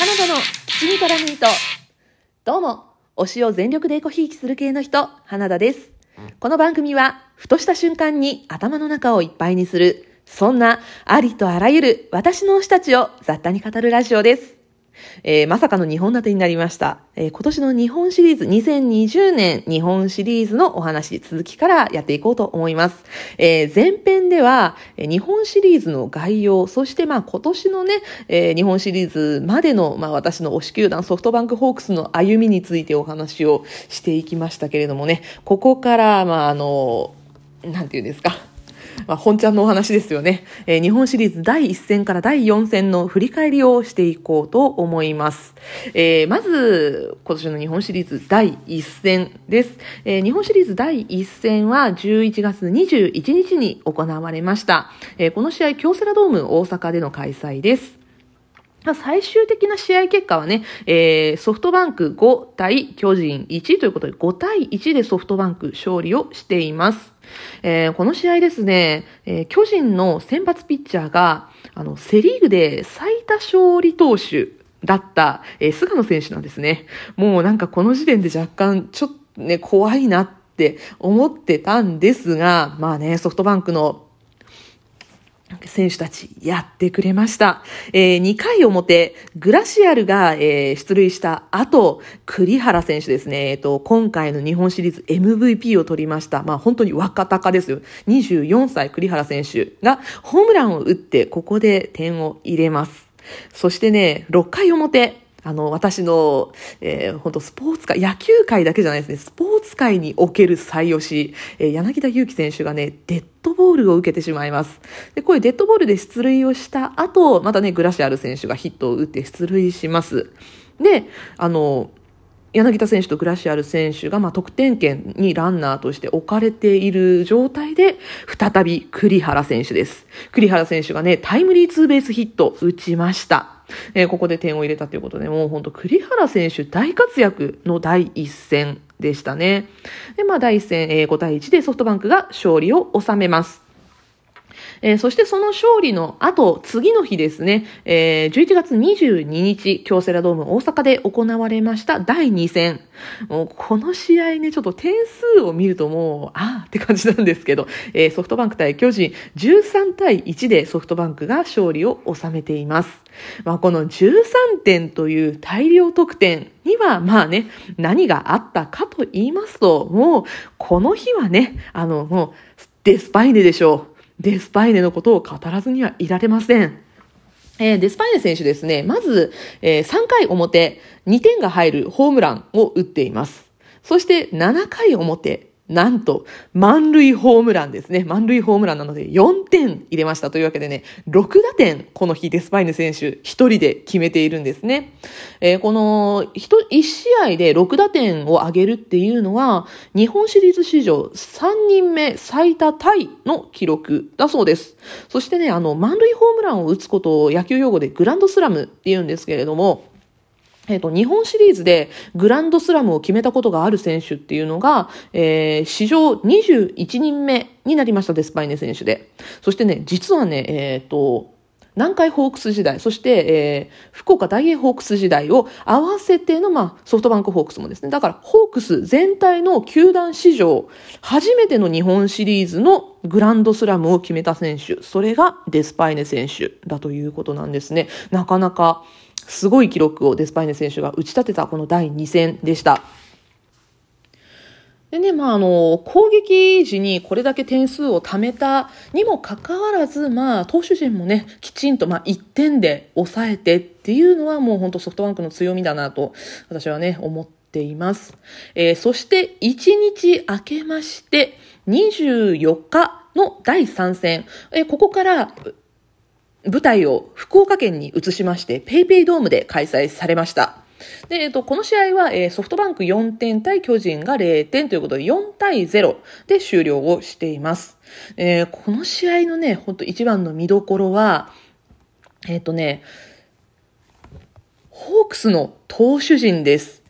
花田の口に絡む糸。どうも、推しを全力でエコひいきする系の人、花田です。この番組は、ふとした瞬間に頭の中をいっぱいにする、そんなありとあらゆる私の推したちを雑多に語るラジオです。まさかの2本立てになりました。今年の日本シリーズ、2020年日本シリーズのお話、続きからやっていこうと思います。前編では、日本シリーズの概要、そして今年のね、日本シリーズまでの、私の推し球団ソフトバンクホークスの歩みについてお話をしていきましたけれどもね、ここから、なんていうんですか。本ちゃんのお話ですよね。日本シリーズ第1戦から第4戦の振り返りをしていこうと思います。まず、今年の日本シリーズ第1戦です。日本シリーズ第1戦は11月21日に行われました。この試合、京セラドーム大阪での開催です。最終的な試合結果はね、ソフトバンク5対巨人1ということで5対1でソフトバンク勝利をしています。この試合ですね、巨人の先発ピッチャーがセリーグで最多勝利投手だった、菅野選手なんですね。もうなんかこの時点で若干ちょっとね怖いなって思ってたんですが、ソフトバンクの選手たちやってくれました。2回表、グラシアルが、出塁した後、栗原選手ですね。今回の日本シリーズ MVP を取りました。本当に若鷹ですよ。24歳栗原選手がホームランを打って、ここで点を入れます。そしてね、6回表、私の、本当スポーツ界、野球界だけじゃないですね、スポーツ界における最推し、柳田悠岐選手がね、デッドボールを受けてしまいます。で、こういうデッドボールで出塁をした後、またね、グラシアル選手がヒットを打って出塁します。で、柳田選手とグラシアル選手が、得点圏にランナーとして置かれている状態で、再び栗原選手です。栗原選手がね、タイムリーツーベースヒット打ちました。ここで点を入れたということで、もう本当栗原選手大活躍の第一戦でしたね。で、第一戦、5対1でソフトバンクが勝利を収めます。そしてその勝利の後、次の日ですね、11月22日、京セラドーム大阪で行われました第2戦。もうこの試合ね、ちょっと点数を見るともう、って感じなんですけど、ソフトバンク対巨人、13対1でソフトバンクが勝利を収めています。この13点という大量得点には、何があったかと言いますと、もう、この日はね、もう、デスパイネでしょう。デスパイネのことを語らずにはいられません。デスパイネ選手ですね、まず、3回表、2点が入るホームランを打っています。そして7回表、なんと満塁ホームランですね。満塁ホームランなので4点入れましたというわけでね、6打点この日デスパイネ選手一人で決めているんですね。この1試合で6打点を挙げるっていうのは日本シリーズ史上3人目最多タイの記録だそうです。そしてね、満塁ホームランを打つことを野球用語でグランドスラムって言うんですけれども、日本シリーズでグランドスラムを決めたことがある選手っていうのが、史上21人目になりました、デスパイネ選手で。そしてね、実はね、南海ホークス時代、そして、福岡大英ホークス時代を合わせての、ソフトバンクホークスもですね。だから、ホークス全体の球団史上、初めての日本シリーズのグランドスラムを決めた選手、それがデスパイネ選手だということなんですね。なかなか、すごい記録をデスパイネ選手が打ち立てたこの第2戦でした。でね、攻撃時にこれだけ点数を貯めたにもかかわらず、投手陣もね、きちんと1点で抑えてっていうのはもう本当ソフトバンクの強みだなと私はね、思っています。そして1日明けまして24日の第3戦、ここから舞台を福岡県に移しまして、ペイペイドームで開催されました。で、この試合は、ソフトバンク4点対巨人が0点ということで4対0で終了をしています。この試合のね、本当一番の見どころは、ホークスの投手陣です。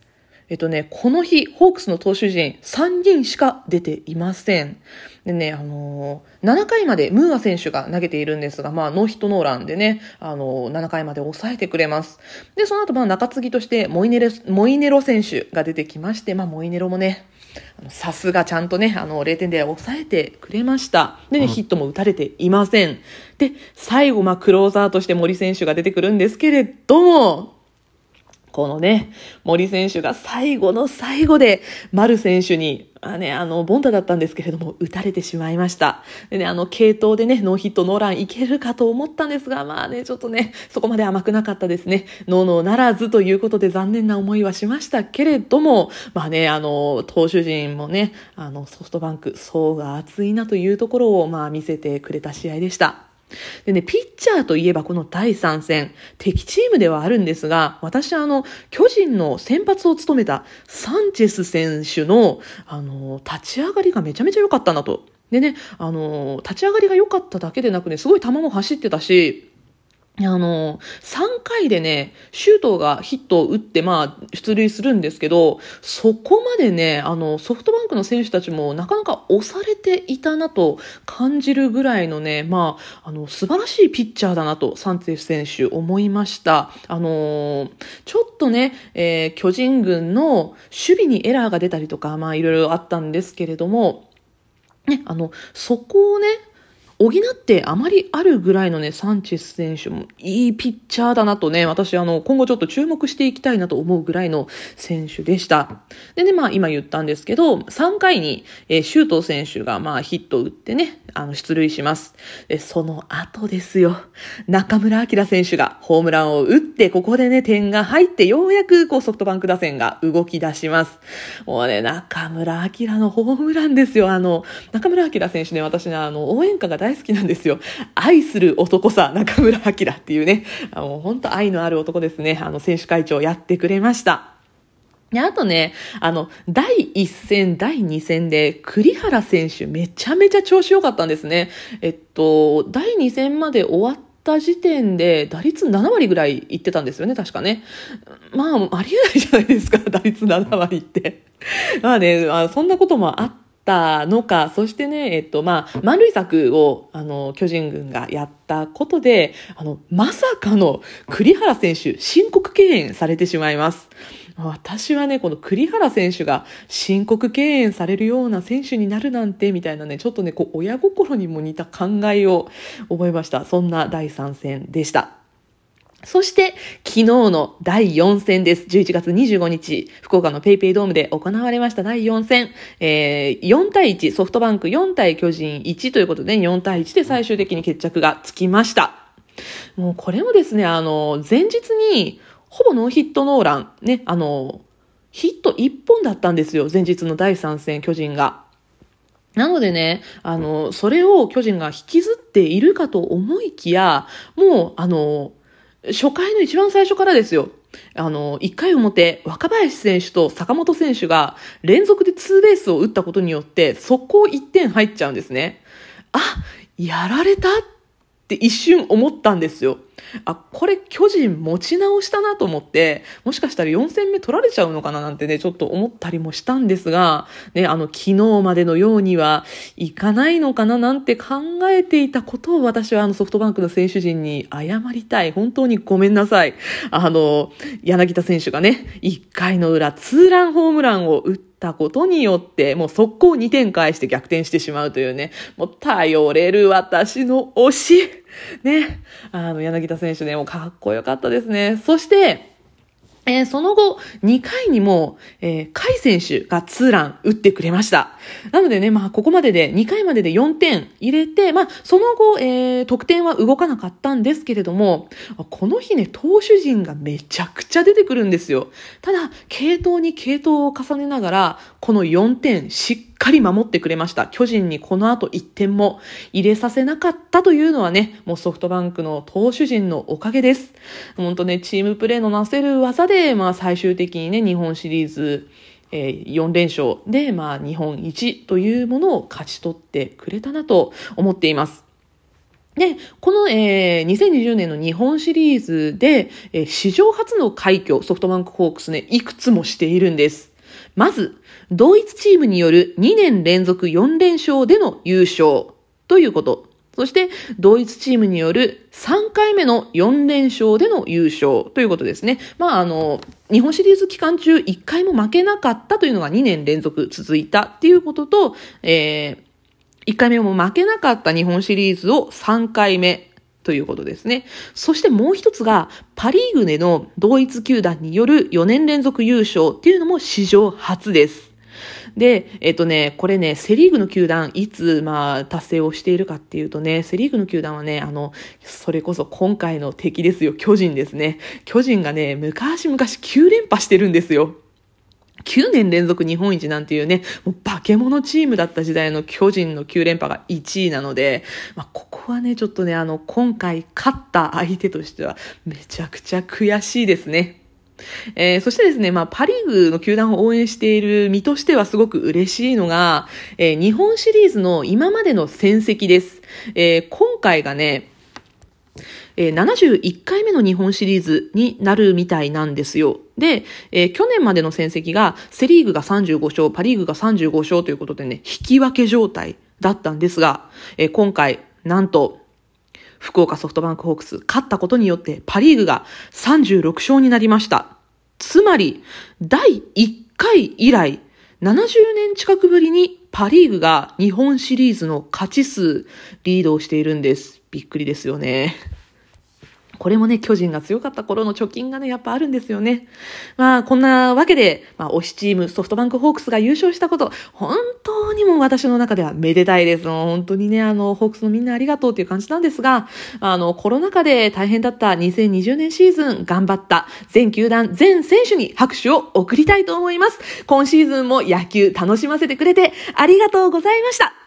この日、ホークスの投手陣3人しか出ていません。でね、7回までムーア選手が投げているんですが、ノーヒットノーランでね、7回まで抑えてくれます。で、その後、中継ぎとしてモイネロ選手が出てきまして、モイネロもね、さすがちゃんとね、0点で抑えてくれました。でね、ヒットも打たれていません。で、最後、クローザーとして森選手が出てくるんですけれども、このね、森選手が最後の最後で、丸選手に、凡打だったんですけれども、打たれてしまいました。でね、継投でね、ノーヒットノーランいけるかと思ったんですが、ちょっとね、そこまで甘くなかったですね。ノーならずということで残念な思いはしましたけれども、投手陣もね、ソフトバンク、層が厚いなというところを、見せてくれた試合でした。でね、ピッチャーといえばこの第3戦、敵チームではあるんですが、私巨人の先発を務めたサンチェス選手の、立ち上がりがめちゃめちゃ良かったなと。でね、立ち上がりが良かっただけでなくね、すごい球も走ってたし、3回でね、周東がヒットを打って、出塁するんですけど、そこまでね、ソフトバンクの選手たちもなかなか押されていたなと感じるぐらいのね、素晴らしいピッチャーだなと、サンチェス選手思いました。ちょっとね、巨人軍の守備にエラーが出たりとか、いろいろあったんですけれども、ね、そこをね、補ってあまりあるぐらいのね、サンチェス選手もいいピッチャーだなとね、私今後ちょっと注目していきたいなと思うぐらいの選手でした。でね、今言ったんですけど、3回に、周東選手がヒットを打ってね、出塁します。で、その後ですよ。中村晃選手がホームランを打って、ここでね、点が入って、ようやくソフトバンク打線が動き出します。もうね、中村晃のホームランですよ。中村晃選手ね、私ね、応援歌が大好きなんですよ。愛する男さ、中村晃っていうね、本当愛のある男ですね。選手会長やってくれました。あとね、第1戦、第2戦で栗原選手めちゃめちゃ調子良かったんですね。第2戦まで終わった時点で打率7割ぐらいいってたんですよね、確かね。ありえないじゃないですか、打率7割って。そんなこともあったのか、そしてね、満塁策を、巨人軍がやったことで、まさかの栗原選手、申告敬遠されてしまいます。私はね、この栗原選手が申告敬遠されるような選手になるなんて、みたいなね、ちょっとね、親心にも似た考えを覚えました。そんな第3戦でした。そして、昨日の第4戦です。11月25日、福岡のペイペイドームで行われました第4戦。4対1、ソフトバンク4対巨人1ということで、4対1で最終的に決着がつきました。もうこれもですね、前日に、ほぼノーヒットノーラン、ね、ヒット1本だったんですよ。前日の第3戦、巨人が。なのでね、それを巨人が引きずっているかと思いきや、もう、初回の一番最初からですよ。1回表、若林選手と坂本選手が連続でツーベースを打ったことによって、速攻1点入っちゃうんですね。やられたって一瞬思ったんですよ。これ巨人持ち直したなと思って、もしかしたら4戦目取られちゃうのかななんてね、ちょっと思ったりもしたんですが、ね、昨日までのようにはいかないのかななんて考えていたことを私はソフトバンクの選手陣に謝りたい。本当にごめんなさい。柳田選手がね、1回の裏、ツーランホームランを打ったことによって、もう速攻2点返して逆転してしまうというね、もう頼れる私の推し。ね。柳田選手ね、もうかっこよかったですね。そして、その後、2回にも、甲斐選手がツーラン打ってくれました。なのでね、ここまでで、2回までで4点入れて、その後、得点は動かなかったんですけれども、この日ね、投手陣がめちゃくちゃ出てくるんですよ。ただ、継投に継投を重ねながら、この4点しっかり守ってくれました。巨人にこの後1点も入れさせなかったというのはね、もうソフトバンクの投手陣のおかげです。本当ね、チームプレーのなせる技で、最終的にね、日本シリーズ、4連勝で、日本一というものを勝ち取ってくれたなと思っています。 で、この、2020年の日本シリーズで、史上初の快挙、ソフトバンクホークスね、いくつもしているんです。まず、同一チームによる2年連続4連勝での優勝ということ。そして、同一チームによる3回目の4連勝での優勝ということですね。日本シリーズ期間中1回も負けなかったというのが2年連続続いたっていうことと、1回目も負けなかった日本シリーズを3回目ということですね。そしてもう一つが、パリーグでの同一球団による4年連続優勝っていうのも史上初です。で、これね、セリーグの球団、いつ、達成をしているかっていうとね、セリーグの球団はね、それこそ今回の敵ですよ、巨人ですね。巨人がね、昔々9連覇してるんですよ。9年連続日本一なんていうね、もう化け物チームだった時代の巨人の9連覇が1位なので、ここはね、ちょっとね、今回勝った相手としてはめちゃくちゃ悔しいですね。そしてですね、パリーグの球団を応援している身としてはすごく嬉しいのが、日本シリーズの今までの戦績です。今回がね、71回目の日本シリーズになるみたいなんですよ。で、去年までの戦績がセリーグが35勝、パリーグが35勝ということでね、引き分け状態だったんですが、今回、なんと、福岡ソフトバンクホークス勝ったことによってパリーグが36勝になりました。つまり、第1回以来、70年近くぶりにパリーグが日本シリーズの勝ち数リードをしているんです。びっくりですよね。これもね、巨人が強かった頃の貯金がね、やっぱあるんですよね。こんなわけで、推しチームソフトバンクホークスが優勝したこと、本当にも私の中ではめでたいです。本当にね、ホークスのみんなありがとうっていう感じなんですが、コロナ禍で大変だった2020年シーズン頑張った全球団、全選手に拍手を送りたいと思います。今シーズンも野球楽しませてくれてありがとうございました。